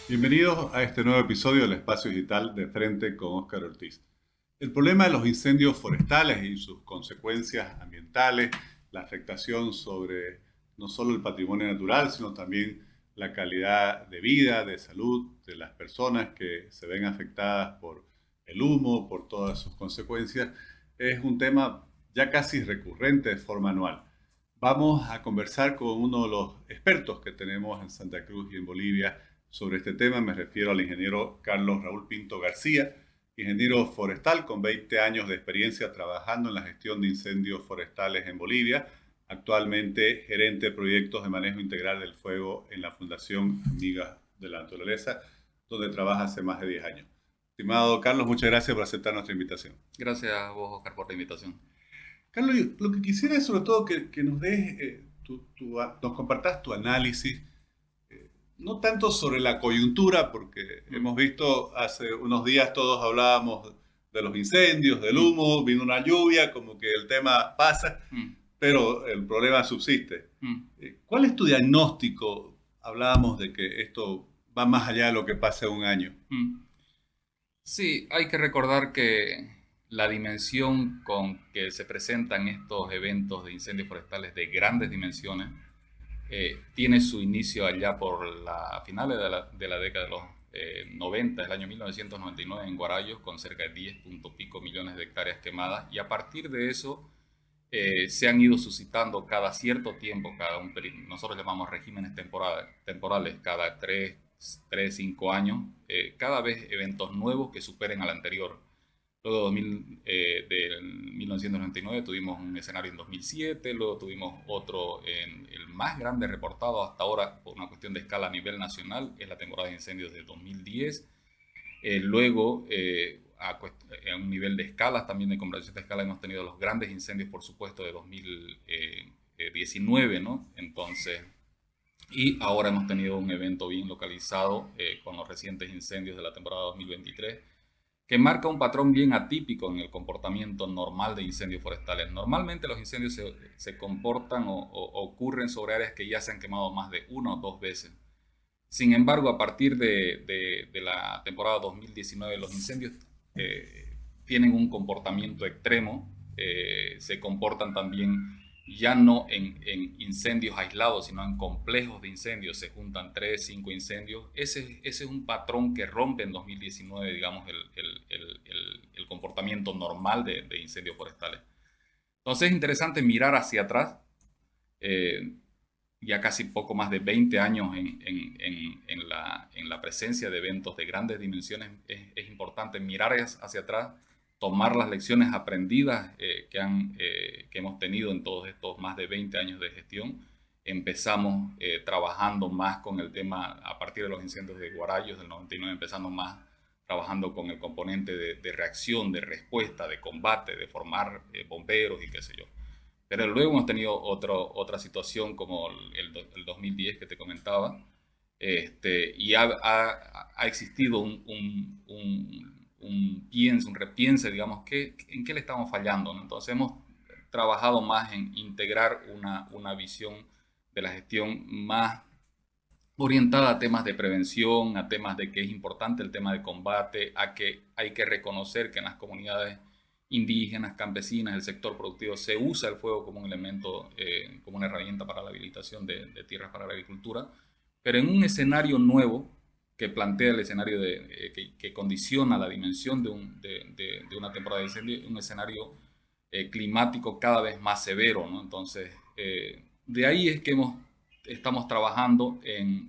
Bienvenidos a este nuevo episodio del Espacio Digital de Frente con Óscar Ortiz. El problema de los incendios forestales y sus consecuencias ambientales, la afectación sobre no solo el patrimonio natural, sino también la calidad de vida, de salud de las personas que se ven afectadas por el humo, por todas sus consecuencias, es un tema ya casi recurrente de forma anual. Vamos a conversar con uno de los expertos que tenemos en Santa Cruz y en Bolivia sobre este tema. Me refiero al ingeniero Carlos Raúl Pinto García, ingeniero forestal con 20 años de experiencia trabajando en la gestión de incendios forestales en Bolivia, actualmente gerente de proyectos de manejo integral del fuego en la Fundación Amigas de la Naturaleza, donde trabaja hace más de 10 años. Estimado Carlos, muchas gracias por aceptar nuestra invitación. Gracias a vos, Oscar, por la invitación. Carlos, lo que quisiera es sobre todo que nos des, nos compartas tu análisis, no tanto sobre la coyuntura, porque Mm, hemos visto hace unos días todos hablábamos de los incendios, del mm, humo, vino una lluvia, como que el tema pasa, mm, pero el problema subsiste. mm. ¿Cuál es tu diagnóstico? Hablábamos de que esto va más allá de lo que pasa un año. Mm. Sí, hay que recordar que la dimensión con que se presentan estos eventos de incendios forestales de grandes dimensiones tiene su inicio allá por la finales de la década de los 90, el año 1999 en Guarayos, con cerca de 10 punto pico millones de hectáreas quemadas, y a partir de eso se han ido suscitando cada cierto tiempo, nosotros llamamos regímenes temporales, cada 5 años, cada vez eventos nuevos que superen al anterior. Luego del 1999 tuvimos un escenario en 2007, luego tuvimos otro en el más grande reportado hasta ahora por una cuestión de escala a nivel nacional, es la temporada de incendios de 2010. Luego, a un nivel de escalas, también de conversación de escala, hemos tenido los grandes incendios, por supuesto, de 2019, ¿no? Entonces, y ahora hemos tenido un evento bien localizado con los recientes incendios de la temporada 2023, que marca un patrón bien atípico en el comportamiento normal de incendios forestales. Normalmente los incendios se comportan o ocurren sobre áreas que ya se han quemado más de una o dos veces. Sin embargo, a partir de la temporada 2019, los incendios tienen un comportamiento extremo, se comportan también ya no en incendios aislados, sino en complejos de incendios, se juntan 3, 5 incendios. Ese es un patrón que rompe en 2019, digamos, el comportamiento normal de incendios forestales. Entonces es interesante mirar hacia atrás, eh, ya casi poco más de 20 años en la presencia de eventos de grandes dimensiones. Es importante mirar hacia atrás, tomar las lecciones aprendidas que hemos tenido en todos estos más de 20 años de gestión. Empezamos trabajando más con el tema a partir de los incendios de Guarayos del 99, empezando más trabajando con el componente de reacción, de respuesta, de combate, de formar bomberos y qué sé yo. Pero luego hemos tenido otra situación como el 2010 que te comentaba, y ha existido un repiense, digamos, en qué le estamos fallando, ¿no? Entonces hemos trabajado más en integrar una visión de la gestión más orientada a temas de prevención, a temas de que es importante el tema de combate, a que hay que reconocer que en las comunidades indígenas, campesinas, el sector productivo, se usa el fuego como un elemento, como una herramienta para la habilitación de tierras para la agricultura, pero en un escenario nuevo que plantea el escenario que condiciona la dimensión de una temporada de incendio, un escenario climático cada vez más severo, ¿no? Entonces, de ahí es que estamos trabajando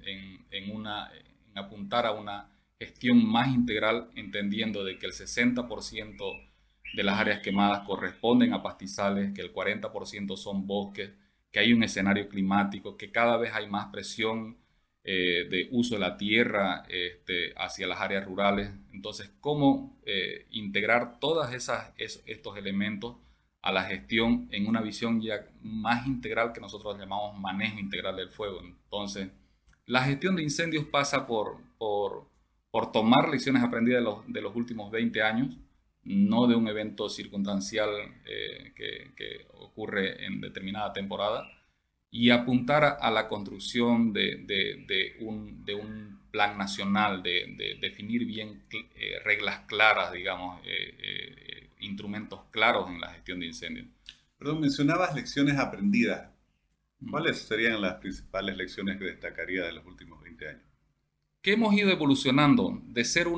en apuntar a una gestión más integral, entendiendo de que el 60% de las áreas quemadas corresponden a pastizales, que el 40% son bosques, que hay un escenario climático, que cada vez hay más presión de uso de la tierra hacia las áreas rurales. Entonces, ¿cómo integrar todos estos elementos a la gestión en una visión ya más integral que nosotros llamamos manejo integral del fuego? Entonces, la gestión de incendios pasa por tomar lecciones aprendidas de los últimos 20 años, no de un evento circunstancial que ocurre en determinada temporada, y apuntar a la construcción de un plan nacional, de definir bien reglas claras, digamos, instrumentos claros en la gestión de incendios. Perdón, mencionabas lecciones aprendidas. ¿Cuáles serían las principales lecciones que destacaría de los últimos 20 años? Que hemos ido evolucionando de ser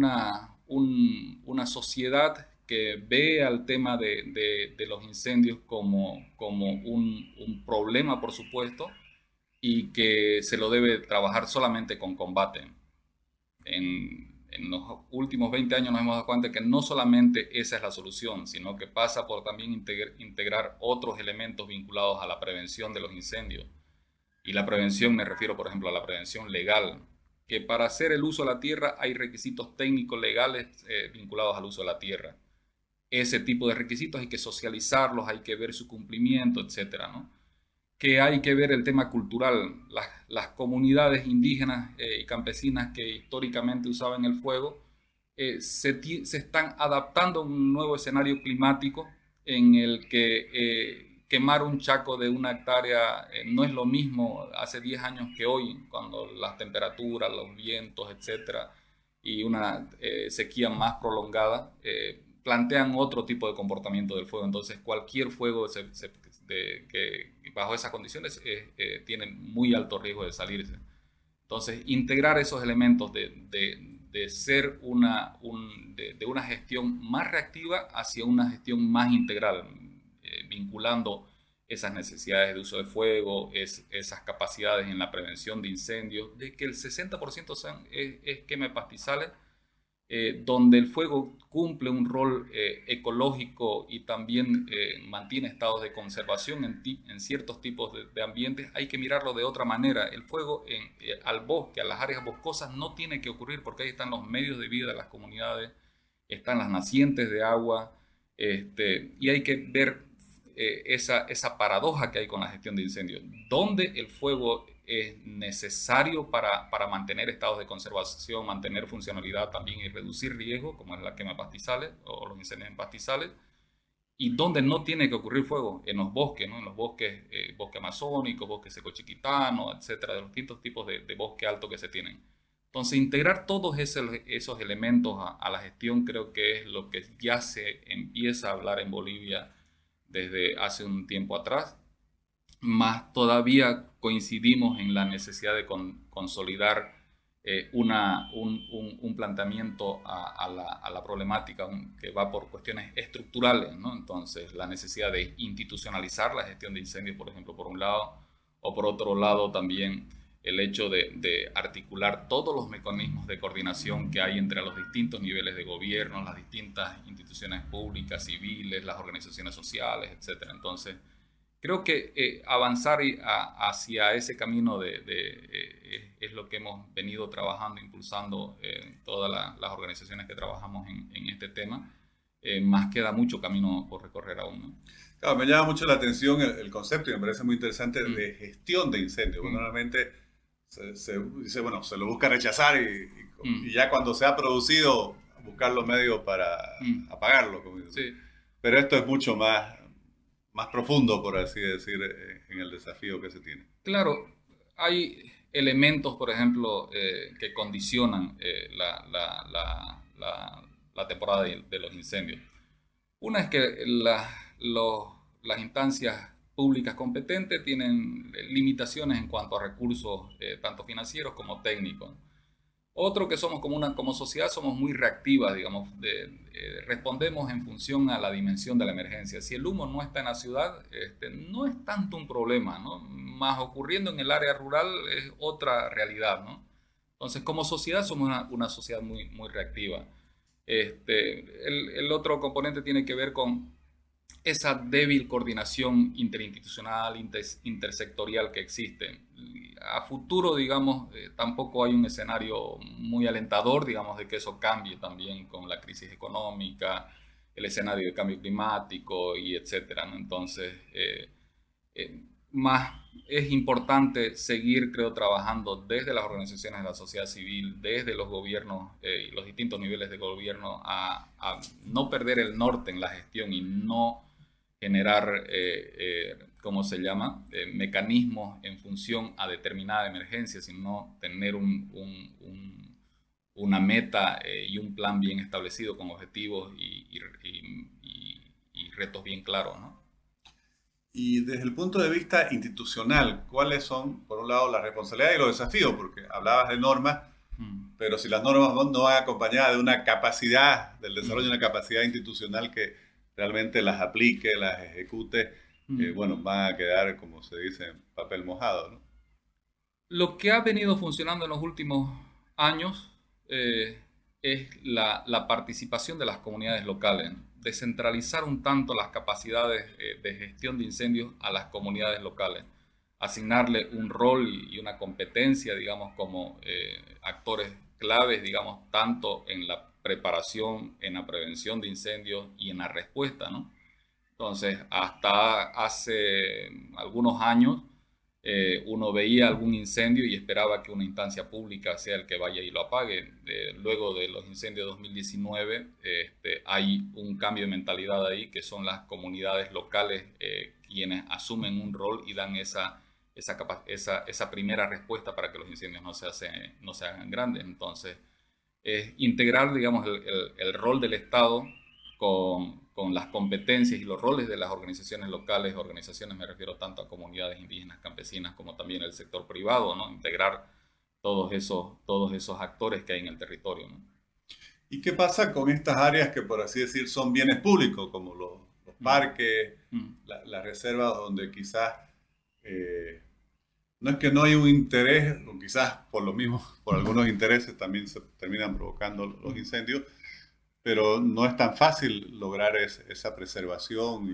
una sociedad que ve al tema de los incendios como un problema, por supuesto, y que se lo debe trabajar solamente con combate. En los últimos 20 años nos hemos dado cuenta que no solamente esa es la solución, sino que pasa por también integrar otros elementos vinculados a la prevención de los incendios. Y la prevención, me refiero por ejemplo a la prevención legal, que para hacer el uso de la tierra hay requisitos técnicos legales vinculados al uso de la tierra. Ese tipo de requisitos hay que socializarlos, hay que ver su cumplimiento, etcétera, ¿no? Que hay que ver el tema cultural. Las comunidades indígenas y campesinas que históricamente usaban el fuego se están adaptando a un nuevo escenario climático en el que quemar un chaco de 1 hectárea no es lo mismo hace 10 años que hoy, cuando las temperaturas, los vientos, etcétera, y una sequía más prolongada plantean otro tipo de comportamiento del fuego. Entonces cualquier fuego que bajo esas condiciones tiene muy alto riesgo de salirse. Entonces integrar esos elementos de ser de una gestión más reactiva hacia una gestión más integral, vinculando esas necesidades de uso de fuego, esas capacidades en la prevención de incendios, de que el 60% es quema de pastizales, donde el fuego cumple un rol ecológico y también mantiene estados de conservación en ciertos tipos de ambientes. Hay que mirarlo de otra manera. El fuego al bosque, a las áreas boscosas, no tiene que ocurrir porque ahí están los medios de vida de las comunidades, están las nacientes de agua, y hay que ver esa paradoja que hay con la gestión de incendios, donde el fuego es necesario para mantener estados de conservación, mantener funcionalidad también y reducir riesgo, como es la quema de pastizales o los incendios en pastizales, y donde no tiene que ocurrir fuego, en los bosques, ¿no? En los bosques, bosque amazónico, bosque secochiquitano, etcétera, de los distintos tipos de bosque alto que se tienen. Entonces, integrar todos esos elementos a la gestión creo que es lo que ya se empieza a hablar en Bolivia desde hace un tiempo atrás. Más todavía coincidimos en la necesidad de consolidar un planteamiento a la problemática que va por cuestiones estructurales, ¿no? Entonces, la necesidad de institucionalizar la gestión de incendios, por ejemplo, por un lado, o por otro lado también el hecho de articular todos los mecanismos de coordinación que hay entre los distintos niveles de gobierno, las distintas instituciones públicas, civiles, las organizaciones sociales, etcétera. Entonces, creo que avanzar hacia ese camino es lo que hemos venido trabajando, impulsando todas las organizaciones que trabajamos en este tema. Más queda mucho camino por recorrer aún, ¿no? Claro, me llama mucho la atención el concepto y me parece muy interesante de gestión de incendios. Normalmente se dice, bueno, se lo busca rechazar y ya cuando se ha producido, buscar los medios para apagarlo. Como sí. Pero esto es mucho más profundo, por así decir, en el desafío que se tiene. Claro, hay elementos, por ejemplo, que condicionan la temporada de los incendios. Una es que las instancias públicas competentes tienen limitaciones en cuanto a recursos, tanto financieros como técnicos. Otro que somos como sociedad somos muy reactivas, digamos, respondemos en función a la dimensión de la emergencia. Si el humo no está en la ciudad, no es tanto un problema, ¿no? Más ocurriendo en el área rural es otra realidad, ¿no? Entonces, como sociedad somos una sociedad muy, muy reactiva. El otro componente tiene que ver con esa débil coordinación interinstitucional, intersectorial que existe. A futuro, digamos, tampoco hay un escenario muy alentador, digamos, de que eso cambie también con la crisis económica, el escenario de cambio climático y etcétera, ¿no? Entonces, más es importante seguir, creo, trabajando desde las organizaciones de la sociedad civil, desde los gobiernos y los distintos niveles de gobierno a no perder el norte en la gestión y no generar, ¿cómo se llama? Mecanismos en función a determinada emergencia, sino tener una meta y un plan bien establecido con objetivos y retos bien claros, ¿no? Y desde el punto de vista institucional, ¿cuáles son, por un lado, las responsabilidades y los desafíos? Porque hablabas de normas, Mm, pero si las normas no van acompañadas de una capacidad, del desarrollo mm, de una capacidad institucional que realmente las aplique, las ejecute, mm. bueno, van a quedar, como se dice, en papel mojado, ¿no? Lo que ha venido funcionando en los últimos años es la participación de las comunidades locales, descentralizar un tanto las capacidades de gestión de incendios a las comunidades locales, asignarle un rol y una competencia, digamos, como actores claves, digamos, tanto en la preparación, en la prevención de incendios y en la respuesta, ¿no? Entonces, hasta hace algunos años, uno veía algún incendio y esperaba que una instancia pública sea el que vaya y lo apague. Luego de los incendios de 2019, hay un cambio de mentalidad ahí, que son las comunidades locales quienes asumen un rol y dan esa primera respuesta para que los incendios no se hagan grandes. Entonces, integrar, digamos, el rol del Estado con las competencias y los roles de las organizaciones locales. Organizaciones, me refiero tanto a comunidades indígenas, campesinas, como también el sector privado, ¿no? Integrar todos esos actores que hay en el territorio, ¿no? ¿Y qué pasa con estas áreas que, por así decir, son bienes públicos, como los Mm, parques, mm, las reservas, donde quizás eh, no es que no hay un interés, o quizás por lo mismo, por algunos intereses también se terminan provocando los mm. incendios, pero no es tan fácil lograr esa preservación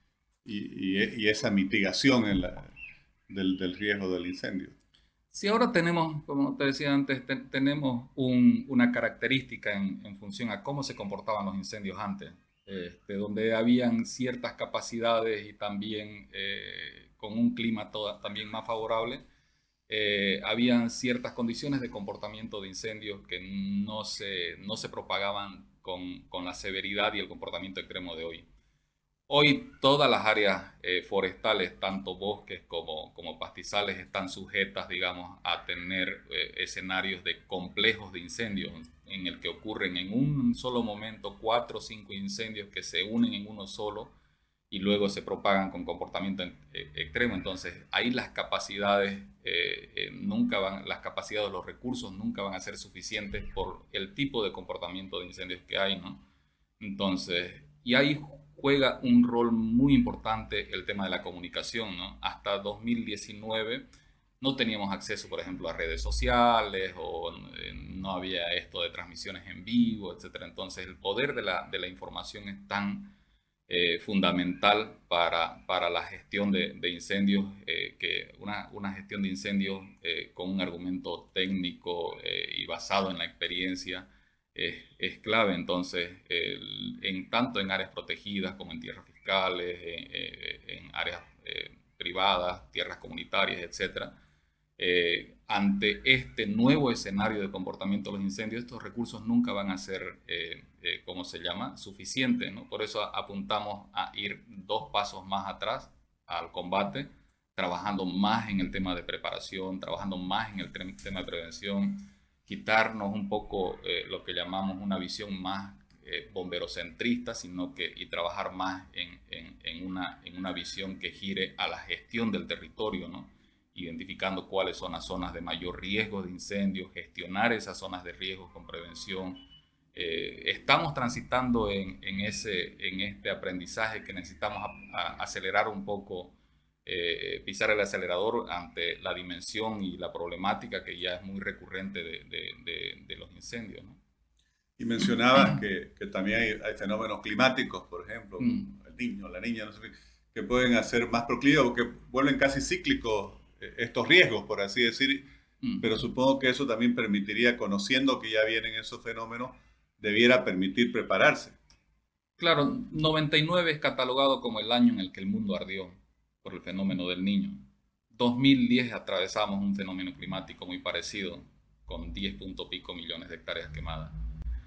y esa mitigación del riesgo del incendio. Si ahora tenemos, como te decía antes, tenemos una característica en función a cómo se comportaban los incendios antes, donde habían ciertas capacidades y también con un clima también más favorable, habían ciertas condiciones de comportamiento de incendios que no se propagaban con la severidad y el comportamiento extremo de hoy. Hoy todas las áreas forestales, tanto bosques como pastizales, están sujetas, digamos, a tener escenarios de complejos de incendios en el que ocurren en un solo momento 4 o 5 incendios que se unen en uno solo y luego se propagan con comportamiento extremo. Entonces, ahí las capacidades las capacidades, los recursos nunca van a ser suficientes por el tipo de comportamiento de incendios que hay, ¿no? Entonces, y ahí juega un rol muy importante el tema de la comunicación, ¿no? Hasta 2019 no teníamos acceso, por ejemplo, a redes sociales o no había esto de transmisiones en vivo, etcétera. Entonces, el poder de la información es tan fundamental para la gestión de incendios, que una gestión de incendios con un argumento técnico y basado en la experiencia es clave. Entonces, tanto en áreas protegidas como en tierras fiscales, en áreas privadas, tierras comunitarias, etcétera, ante este nuevo escenario de comportamiento de los incendios, estos recursos nunca van a ser, ¿cómo se llama?, suficientes, ¿no? Por eso apuntamos a ir 2 pasos más atrás al combate, trabajando más en el tema de preparación, trabajando más en el tema de prevención, quitarnos un poco lo que llamamos una visión más bomberocentrista, y trabajar más en una visión que gire a la gestión del territorio, ¿no? Identificando cuáles son las zonas de mayor riesgo de incendios, gestionar esas zonas de riesgo con prevención. Estamos transitando en este aprendizaje que necesitamos acelerar un poco, pisar el acelerador ante la dimensión y la problemática que ya es muy recurrente de los incendios, ¿no? Y mencionabas que también hay fenómenos climáticos, por ejemplo, Mm, el niño, la niña, no sé qué, que pueden hacer más proclives o que vuelven casi cíclicos estos riesgos, por así decir, mm. pero supongo que eso también permitiría, conociendo que ya vienen esos fenómenos, debiera permitir prepararse. Claro, 99 es catalogado como el año en el que el mundo ardió por el fenómeno del Niño. 2010 atravesamos un fenómeno climático muy parecido, con 10 punto pico millones de hectáreas quemadas.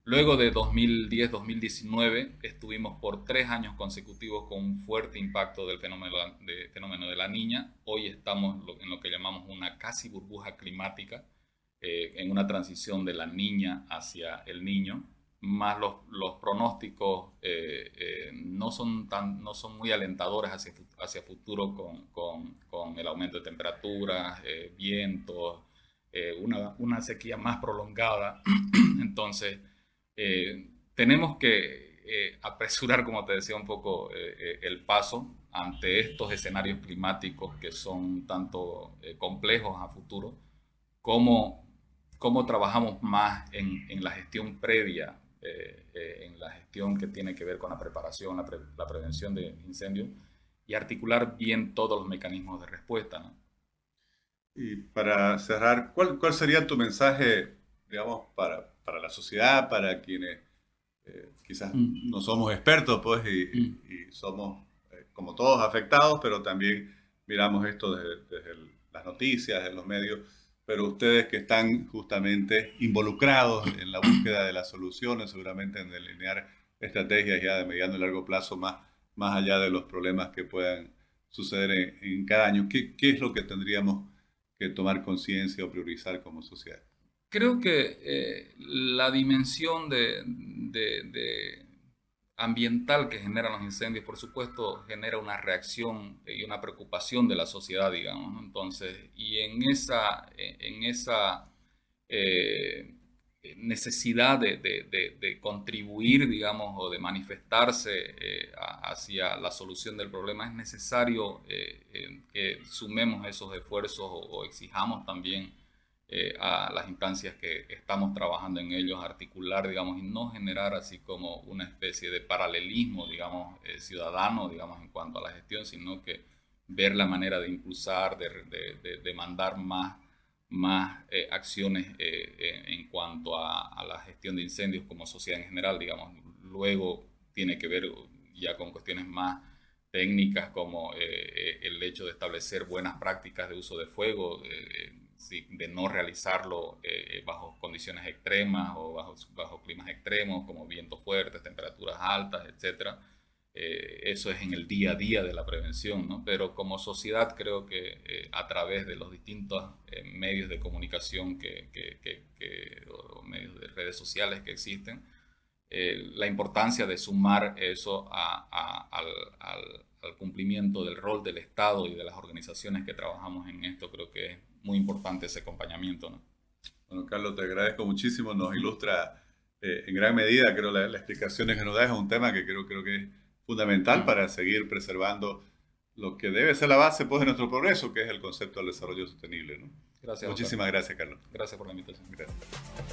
Luego de 2010-2019 estuvimos por 3 años consecutivos con un fuerte impacto del fenómeno de la niña. Hoy estamos en lo que llamamos una casi burbuja climática, en una transición de la niña hacia el niño, más los pronósticos no son muy alentadores hacia futuro con el aumento de temperaturas, vientos, una sequía más prolongada. Entonces, tenemos que apresurar, como te decía, un poco el paso ante estos escenarios climáticos que son tanto complejos a futuro, como cómo trabajamos más en la gestión previa, en la gestión que tiene que ver con la preparación, la prevención de incendios, y articular bien todos los mecanismos de respuesta, ¿no? Y para cerrar, ¿cuál sería tu mensaje, digamos, para la sociedad, para quienes quizás no somos expertos, pues, y somos, como todos, afectados, pero también miramos esto desde las noticias, en los medios, pero ustedes que están justamente involucrados en la búsqueda de las soluciones, seguramente en delinear estrategias ya de mediano y largo plazo, más allá de los problemas que puedan suceder en cada año, ¿qué es lo que tendríamos que tomar conciencia o priorizar como sociedad? Creo que la dimensión ambiental que generan los incendios, por supuesto, genera una reacción y una preocupación de la sociedad, digamos, ¿no? Entonces, y en esa necesidad de contribuir, digamos, o de manifestarse hacia la solución del problema, es necesario que sumemos esos esfuerzos o exijamos también a las instancias que estamos trabajando en ellos, articular, digamos, y no generar así como una especie de paralelismo, digamos, ciudadano, digamos, en cuanto a la gestión, sino que ver la manera de impulsar, de mandar más acciones en cuanto a la gestión de incendios como sociedad en general, digamos. Luego tiene que ver ya con cuestiones más técnicas como el hecho de establecer buenas prácticas de uso de fuego, de no realizarlo bajo condiciones extremas o bajo climas extremos como vientos fuertes, temperaturas altas, etcétera. Eso es en el día a día de la prevención, ¿no? Pero como sociedad creo que a través de los distintos medios de comunicación o medios de redes sociales que existen, la importancia de sumar eso al cumplimiento del rol del Estado y de las organizaciones que trabajamos en esto, creo que es muy importante ese acompañamiento, ¿no? Bueno, Carlos, te agradezco muchísimo, nos ilustra en gran medida, creo, las explicaciones que nos das, es un tema que creo que es fundamental para seguir preservando lo que debe ser la base, pues, de nuestro progreso, que es el concepto del desarrollo sostenible, ¿no? Gracias. Muchísimas gracias, Carlos. Gracias por la invitación. Gracias.